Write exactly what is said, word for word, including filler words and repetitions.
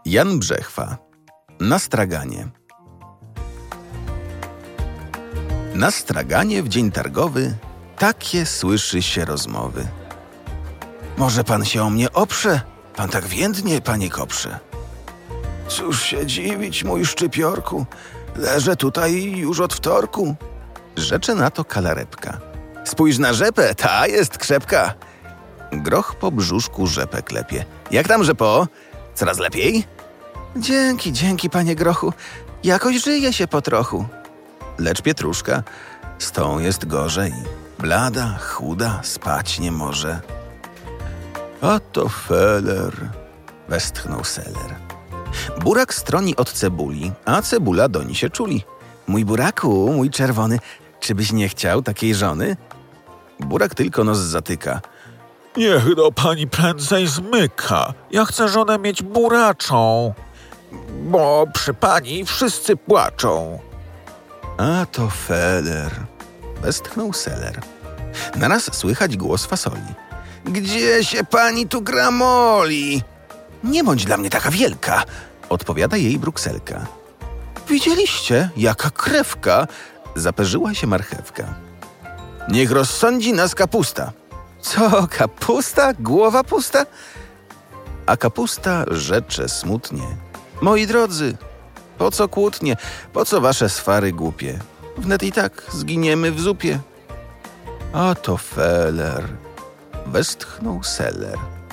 Jan Brzechwa. Na straganie. Na straganie w dzień targowy takie słyszy się rozmowy. Może pan się o mnie oprze? Pan tak więdnie, panie koprze. Cóż się dziwić, mój szczypiorku, leżę tutaj już od wtorku. Rzecze na to kalarepka. Spójrz na rzepę, ta jest krzepka. Groch po brzuszku rzepę klepie. Jak tam, rzepo? Coraz lepiej? Dzięki, dzięki, panie grochu. Jakoś żyje się po trochu. Lecz pietruszka, z tą jest gorzej. Blada, chuda, spać nie może. A to feler, westchnął seler. Burak stroni od cebuli, a cebula doń się czuli. Mój buraku, mój czerwony, czy byś nie chciał takiej żony? Burak tylko nos zatyka. Niech no pani prędzej zmyka. Ja chcę żonę mieć buraczą, bo przy pani wszyscy płaczą. A to feler, westchnął seler. Naraz słychać głos fasoli. Gdzie się pani tu gramoli? Nie bądź dla mnie taka wielka, odpowiada jej brukselka. Widzieliście, jaka krewka? Zaperzyła się marchewka. Niech rozsądzi nas kapusta. Co, kapusta? Głowa pusta? A kapusta rzecze smutnie. Moi drodzy, po co kłótnie? Po co wasze swary głupie? Wnet i tak zginiemy w zupie. A to feler, westchnął seler.